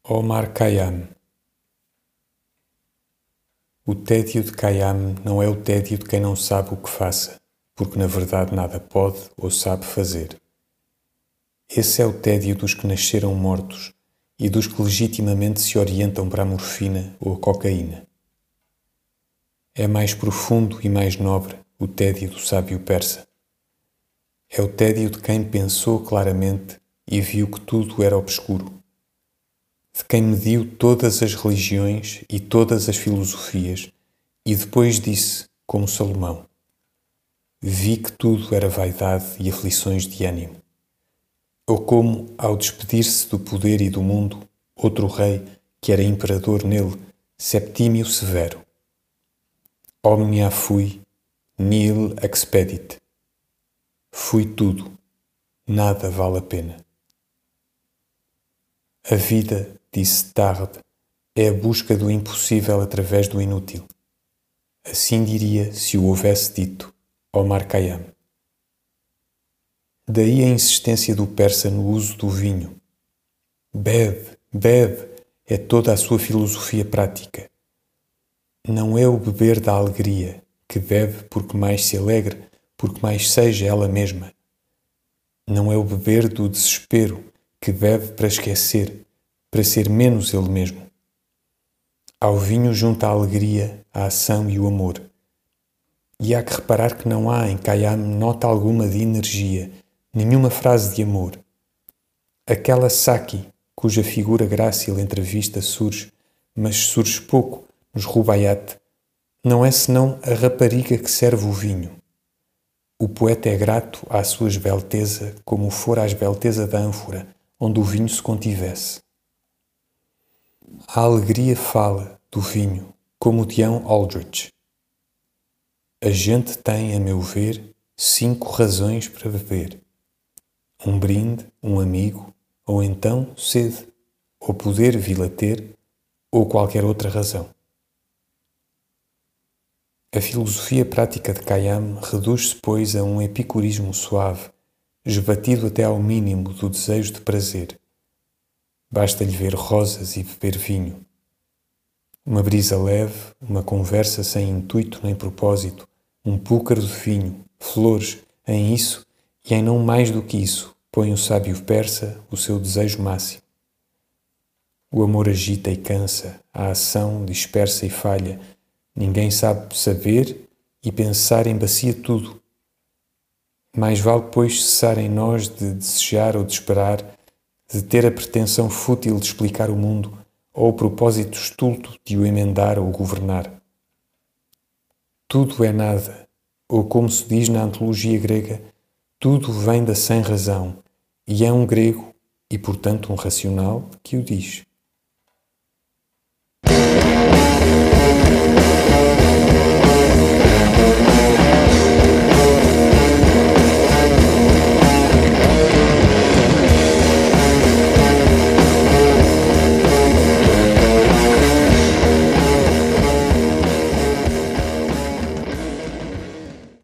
Omar Khayyam. O tédio de Khayyam não é o tédio de quem não sabe o que faça, porque na verdade nada pode ou sabe fazer. Esse é o tédio dos que nasceram mortos e dos que legitimamente se orientam para a morfina ou a cocaína. É mais profundo e mais nobre o tédio do sábio persa. É o tédio de quem pensou claramente e viu que tudo era obscuro. De quem mediu todas as religiões e todas as filosofias e depois disse, como Salomão: vi que tudo era vaidade e aflições de ânimo. Ou como, ao despedir-se do poder e do mundo, outro rei, que era imperador nele, Septímio Severo: omnia fui, nihil expedit. Fui tudo, nada vale a pena. A vida, disse Tarde, é a busca do impossível através do inútil. Assim diria se o houvesse dito Omar Khayyam. Daí a insistência do persa no uso do vinho. Bebe, bebe, é toda a sua filosofia prática. Não é o beber da alegria, que bebe porque mais se alegre, porque mais seja ela mesma. Não é o beber do desespero, que bebe para esquecer, para ser menos ele mesmo. Ao vinho junta a alegria, a ação e o amor. E há que reparar que não há em Khayyam nota alguma de energia, nenhuma frase de amor. Aquela Saki, cuja figura grácil entre a vista surge, mas surge pouco, nos Rubaiyat, não é senão a rapariga que serve o vinho. O poeta é grato à sua esbelteza como fora a esbelteza da ânfora, onde o vinho se contivesse. A alegria fala do vinho, como Dion Aldrich. A gente tem, a meu ver, 5 razões para beber. Um brinde, um amigo, ou então sede, ou poder vi-la ter, ou qualquer outra razão. A filosofia prática de Khayyam reduz-se, pois, a um epicurismo suave, esbatido até ao mínimo do desejo de prazer. Basta-lhe ver rosas e beber vinho. Uma brisa leve, uma conversa sem intuito nem propósito, um púcaro de vinho, flores, em isso e em não mais do que isso, põe o sábio persa o seu desejo máximo. O amor agita e cansa, a ação dispersa e falha, ninguém sabe saber e pensar embacia tudo. Mais vale, pois, cessar em nós de desejar ou de esperar, de ter a pretensão fútil de explicar o mundo ou o propósito estulto de o emendar ou governar. Tudo é nada, ou como se diz na antologia grega, tudo vem da sem-razão, e é um grego, e portanto um racional, que o diz.